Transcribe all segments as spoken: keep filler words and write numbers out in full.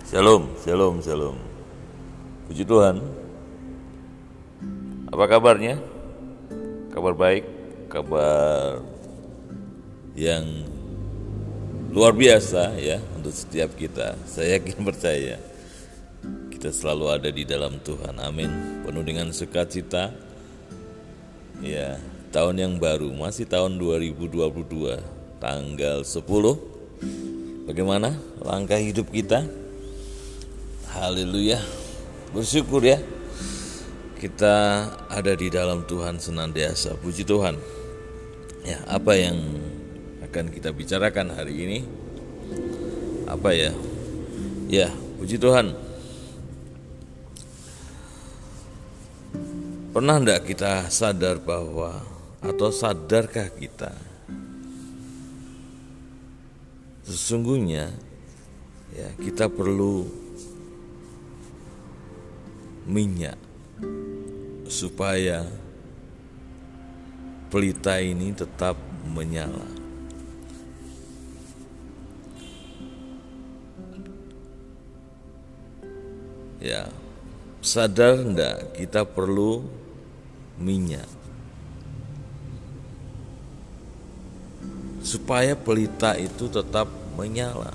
Shalom, shalom, shalom. Puji Tuhan. Apa kabarnya? Kabar baik, kabar yang luar biasa ya untuk setiap kita. Saya yakin percaya kita selalu ada di dalam Tuhan. Amin. Penuh dengan sukacita. Ya, tahun yang baru, masih tahun dua ribu dua puluh dua, tanggal sepuluh. Bagaimana langkah hidup kita? Haleluya, bersyukur ya kita ada di dalam Tuhan senantiasa. Puji Tuhan. Ya, apa yang akan kita bicarakan hari ini? Apa ya? Ya, puji Tuhan. Pernah enggak kita sadar bahwa, atau sadarkah kita sesungguhnya ya kita perlu minyak supaya pelita ini tetap menyala. Ya, sadar enggak kita perlu minyak supaya pelita itu tetap menyala.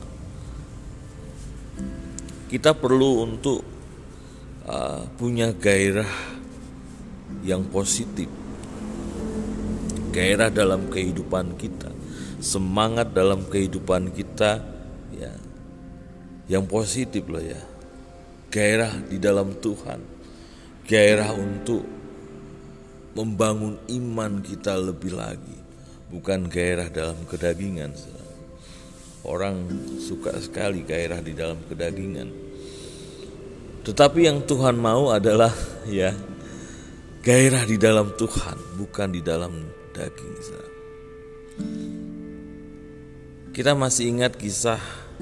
Kita perlu untuk Uh, punya gairah yang positif, gairah dalam kehidupan kita, semangat dalam kehidupan kita ya, yang positif loh ya, gairah di dalam Tuhan, gairah untuk membangun iman kita lebih lagi, bukan gairah dalam kedagingan. Orang suka sekali gairah di dalam kedagingan. Tetapi yang Tuhan mau adalah ya gairah di dalam Tuhan, bukan di dalam daging. Kita masih ingat kisah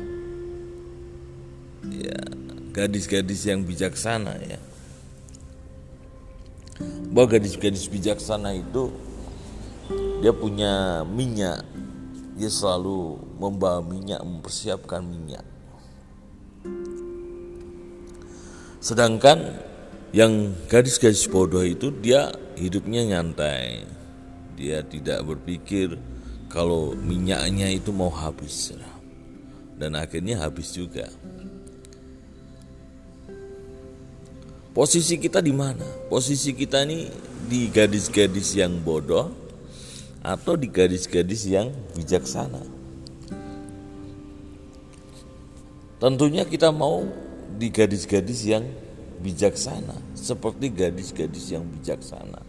ya gadis-gadis yang bijaksana ya. Bahwa gadis-gadis bijaksana itu dia punya minyak, dia selalu membawa minyak, mempersiapkan minyak. Sedangkan yang gadis-gadis bodoh itu dia hidupnya nyantai. Dia tidak berpikir kalau minyaknya itu mau habis. Dan akhirnya habis juga. Posisi kita di mana? Posisi kita ini di gadis-gadis yang bodoh atau di gadis-gadis yang bijaksana? Tentunya kita mau di gadis-gadis yang bijaksana, seperti gadis-gadis yang bijaksana.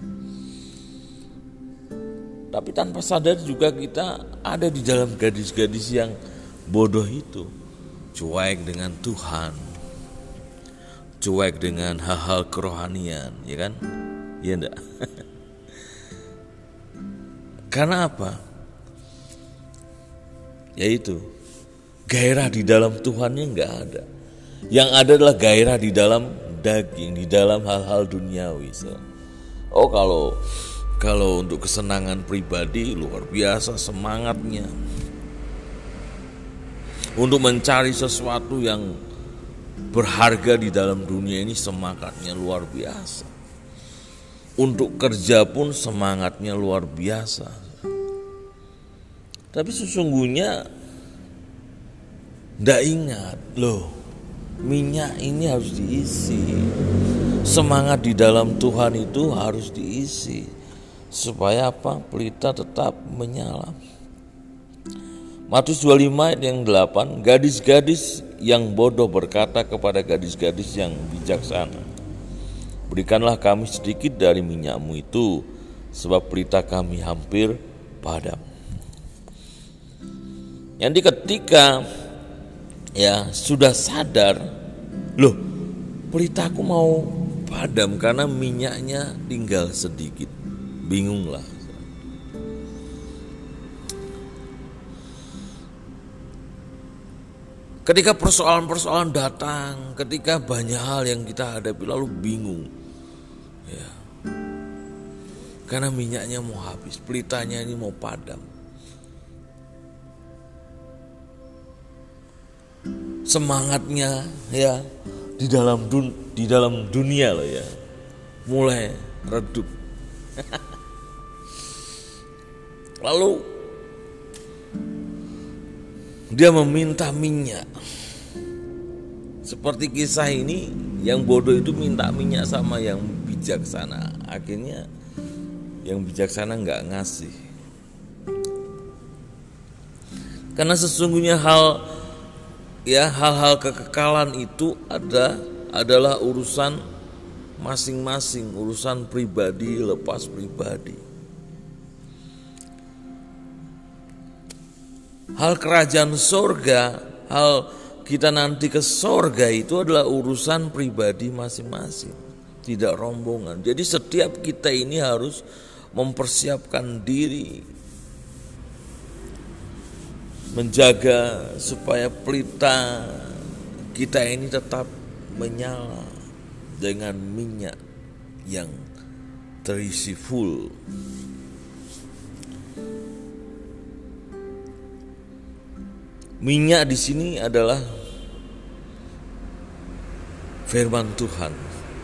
Tapi tanpa sadar juga kita ada di dalam gadis-gadis yang bodoh itu, cuek dengan Tuhan, cuek dengan hal-hal kerohanian, ya kan? Iya enggak? Karena apa? Yaitu gairah di dalam Tuhannya enggak ada. Yang ada adalah gairah di dalam daging, di dalam hal-hal duniawi. So. Oh kalau kalau untuk kesenangan pribadi luar biasa semangatnya. Untuk mencari sesuatu yang berharga di dalam dunia ini semangatnya luar biasa. Untuk kerja pun semangatnya luar biasa. Tapi sesungguhnya ndak ingat loh. Minyak ini harus diisi. Semangat di dalam Tuhan itu harus diisi. Supaya apa? Pelita tetap menyala. Matius dua puluh lima ayat yang delapan, gadis-gadis yang bodoh berkata kepada gadis-gadis yang bijaksana, berikanlah kami sedikit dari minyakmu itu, sebab pelita kami hampir padam. Yang ketika ya sudah sadar, loh pelitaku mau padam karena minyaknya tinggal sedikit, bingunglah. Ketika persoalan-persoalan datang, ketika banyak hal yang kita hadapi lalu bingung ya, karena minyaknya mau habis, pelitanya ini mau padam. semangatnya ya di dalam dun, di dalam dunia loh ya mulai redup. Lalu dia meminta minyak. Seperti kisah ini, yang bodoh itu minta minyak sama yang bijaksana. Akhirnya yang bijaksana nggak ngasih. Karena sesungguhnya hal ya hal-hal kekekalan itu ada adalah urusan masing-masing, urusan pribadi lepas pribadi. Hal kerajaan sorga, hal kita nanti ke sorga itu adalah urusan pribadi masing-masing, tidak rombongan. Jadi setiap kita ini harus mempersiapkan diri, menjaga supaya pelita kita ini tetap menyala dengan minyak yang terisi full. Minyak di sini adalah firman Tuhan.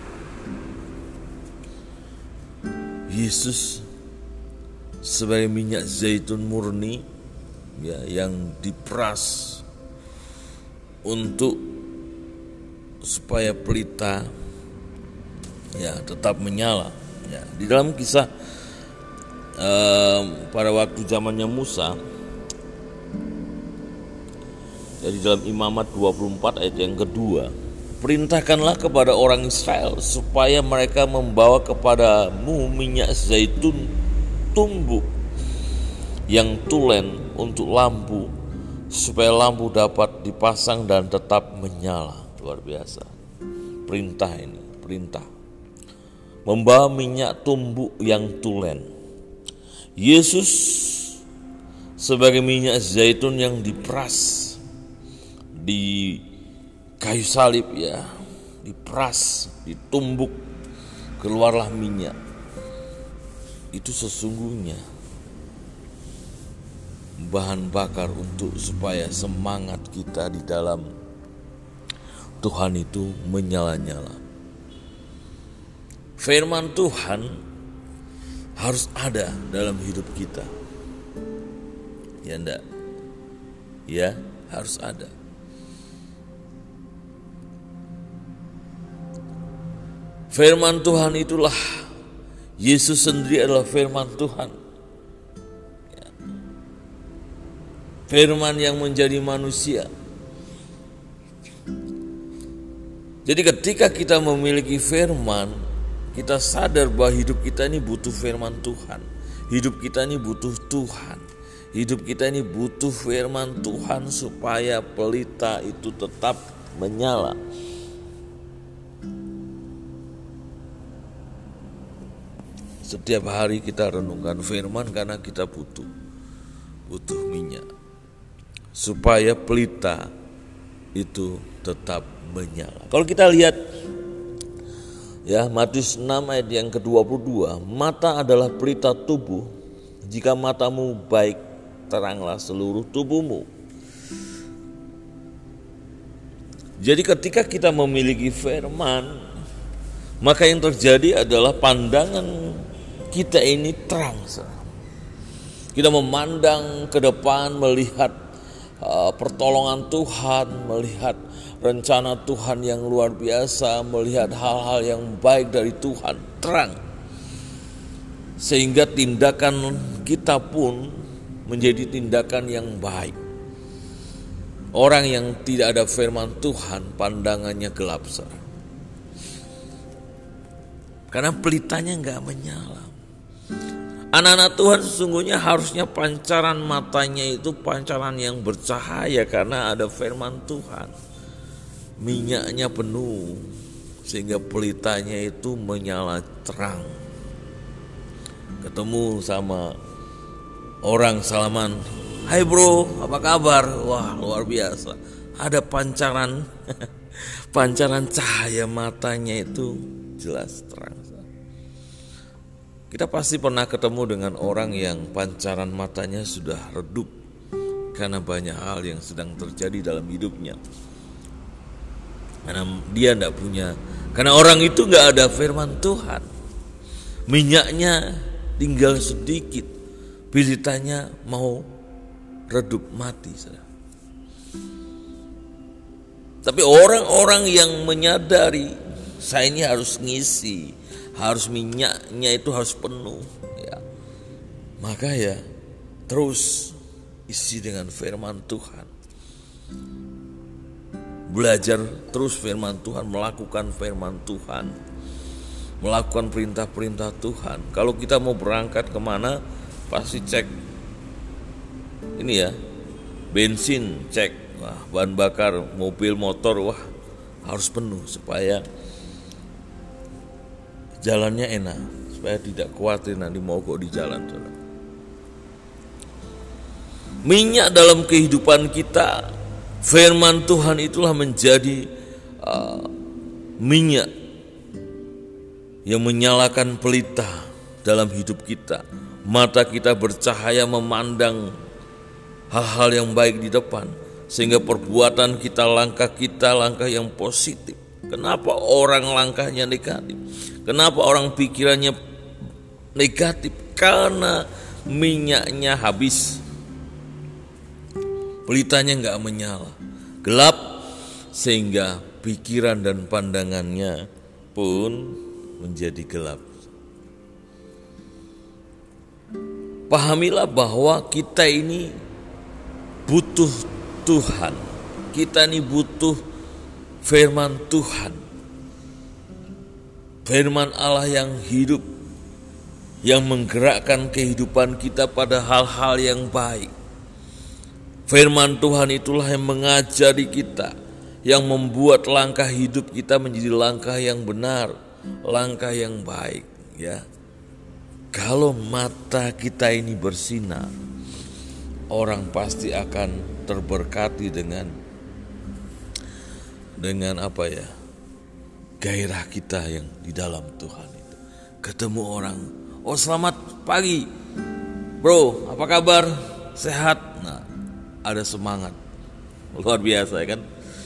Yesus sebagai minyak zaitun murni ya yang diperas untuk supaya pelita ya tetap menyala. Ya, di dalam kisah eh, pada waktu zamannya Musa, dari dalam Imamat dua puluh empat ayat yang kedua, perintahkanlah kepada orang Israel supaya mereka membawa kepadamu minyak zaitun tumbuk yang tulen untuk lampu, supaya lampu dapat dipasang dan tetap menyala. Luar biasa. Perintah ini, perintah. Membawa minyak tumbuk yang tulen. Yesus sebagai minyak zaitun yang diperas di kayu salib ya, diperas, ditumbuk, keluarlah minyak. Itu sesungguhnya bahan bakar untuk supaya semangat kita di dalam Tuhan itu menyala-nyala. Firman Tuhan harus ada dalam hidup kita. Ya enggak? Ya, harus ada. Firman Tuhan itulah, Yesus sendiri adalah firman Tuhan. Firman yang menjadi manusia. Jadi ketika kita memiliki firman, kita sadar bahwa hidup kita ini butuh firman Tuhan. Hidup kita ini butuh Tuhan. Hidup kita ini butuh firman Tuhan supaya pelita itu tetap menyala. Setiap hari kita renungkan firman karena kita butuh butuh minyak supaya pelita itu tetap menyala. Kalau kita lihat ya Matius enam ayat yang ke dua puluh dua, mata adalah pelita tubuh. Jika matamu baik, teranglah seluruh tubuhmu. Jadi ketika kita memiliki firman, maka yang terjadi adalah pandangan kita ini terang. Kita memandang ke depan, melihat uh, pertolongan Tuhan, melihat rencana Tuhan yang luar biasa, melihat hal-hal yang baik dari Tuhan, terang. Sehingga tindakan kita pun menjadi tindakan yang baik. Orang yang tidak ada firman Tuhan, pandangannya gelap. Karena pelitanya gak menyala. Anak-anak Tuhan sesungguhnya harusnya pancaran matanya itu pancaran yang bercahaya karena ada firman Tuhan. Minyaknya penuh sehingga pelitanya itu menyala terang. Ketemu sama orang salaman, "Hai bro, apa kabar?" Wah, luar biasa. Ada pancaran pancaran cahaya matanya itu jelas terang. Kita pasti pernah ketemu dengan orang yang pancaran matanya sudah redup karena banyak hal yang sedang terjadi dalam hidupnya. Karena dia tidak punya, karena orang itu nggak ada firman Tuhan. Minyaknya tinggal sedikit, beritanya mau redup mati. Tapi orang-orang yang menyadari saya ini harus ngisi, harus minyaknya itu harus penuh, ya, maka ya terus isi dengan firman Tuhan. Belajar terus firman Tuhan, melakukan firman Tuhan, melakukan perintah-perintah Tuhan. Kalau kita mau berangkat kemana, pasti cek ini ya, bensin cek, wah, bahan bakar mobil motor, wah harus penuh supaya jalannya enak, supaya tidak khawatir nanti mogok di jalan. Minyak dalam kehidupan kita, firman Tuhan itulah menjadi uh, minyak yang menyalakan pelita dalam hidup kita. Mata kita bercahaya memandang hal-hal yang baik di depan, sehingga perbuatan kita, langkah kita, langkah yang positif. Kenapa orang langkahnya negatif? Kenapa orang pikirannya negatif? Karena minyaknya habis, pelitanya nggak menyala, gelap, sehingga pikiran dan pandangannya pun menjadi gelap. Pahamilah bahwa kita ini butuh Tuhan, kita ini butuh firman Tuhan, firman Allah yang hidup, yang menggerakkan kehidupan kita pada hal-hal yang baik. Firman Tuhan itulah yang mengajari kita, yang membuat langkah hidup kita menjadi langkah yang benar, langkah yang baik, ya. Kalau mata kita ini bersinar, orang pasti akan terberkati dengan dengan apa ya? Gairah kita yang di dalam Tuhan itu. Ketemu orang, oh selamat pagi, bro, apa kabar? Sehat? Nah, ada semangat luar biasa, ya kan?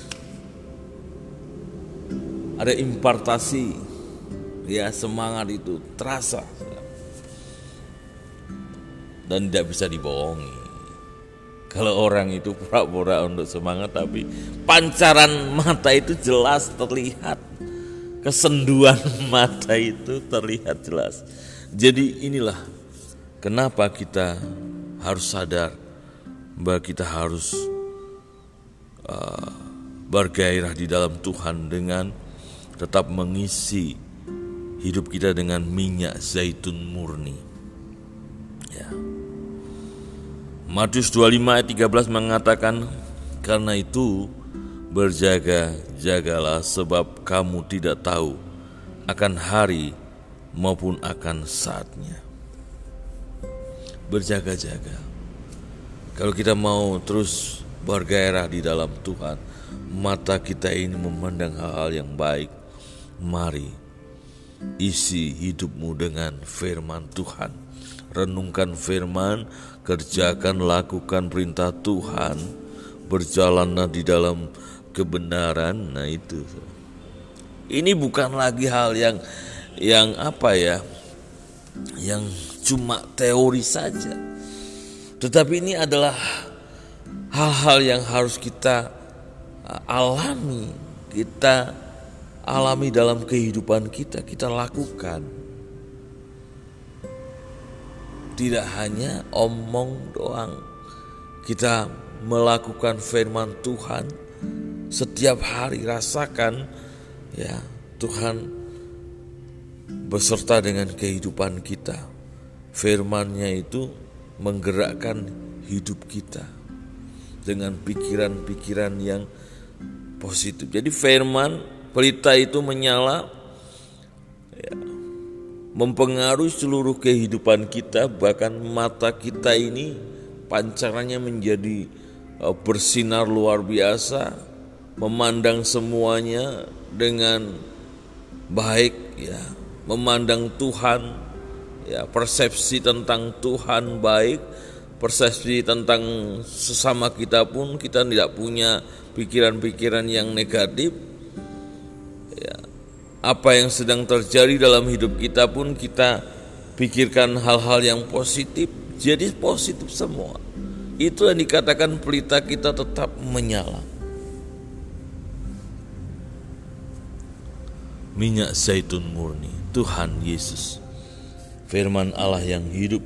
Ada impartasi, ya, semangat itu terasa dan tidak bisa dibohongi. Kalau orang itu pura-pura untuk semangat, tapi pancaran mata itu jelas terlihat, kesenduan mata itu terlihat jelas. Jadi inilah kenapa kita harus sadar bahwa kita harus uh, bergairah di dalam Tuhan dengan tetap mengisi hidup kita dengan minyak zaitun murni, ya. Matius dua puluh lima ayat tiga belas mengatakan, karena itu berjaga-jagalah, sebab kamu tidak tahu akan hari maupun akan saatnya. Berjaga-jaga. Kalau kita mau terus bergairah di dalam Tuhan, mata kita ini memandang hal-hal yang baik, mari isi hidupmu dengan firman Tuhan. Renungkan firman, kerjakan, lakukan perintah Tuhan, berjalanlah di dalam kebenaran. Nah itu, ini bukan lagi hal yang yang apa ya, yang cuma teori saja, tetapi ini adalah hal-hal yang harus kita alami, kita alami dalam kehidupan kita, kita lakukan. Tidak hanya omong doang, kita melakukan firman Tuhan setiap hari. Rasakan, ya, Tuhan beserta dengan kehidupan kita. Firman-Nya itu menggerakkan hidup kita dengan pikiran-pikiran yang positif. Jadi firman, pelita itu menyala, ya, mempengaruhi seluruh kehidupan kita. Bahkan mata kita ini pancarannya menjadi uh, bersinar luar biasa, memandang semuanya dengan baik, ya, memandang Tuhan, ya, persepsi tentang Tuhan baik, persepsi tentang sesama kita pun kita tidak punya pikiran-pikiran yang negatif, ya, apa yang sedang terjadi dalam hidup kita pun kita pikirkan hal-hal yang positif, jadi positif semua. Itu yang dikatakan pelita kita tetap menyala. Minyak zaitun murni, Tuhan Yesus, firman Allah yang hidup.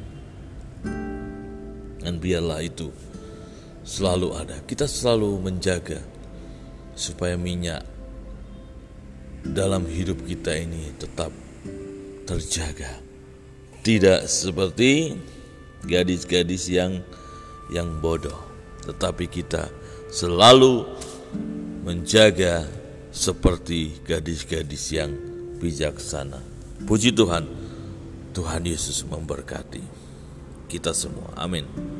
Dan biarlah itu selalu ada. Kita selalu menjaga supaya minyak dalam hidup kita ini tetap terjaga. Tidak seperti gadis-gadis yang yang bodoh, tetapi kita selalu menjaga seperti gadis-gadis yang bijaksana. Puji Tuhan, Tuhan Yesus memberkati kita semua. Amin.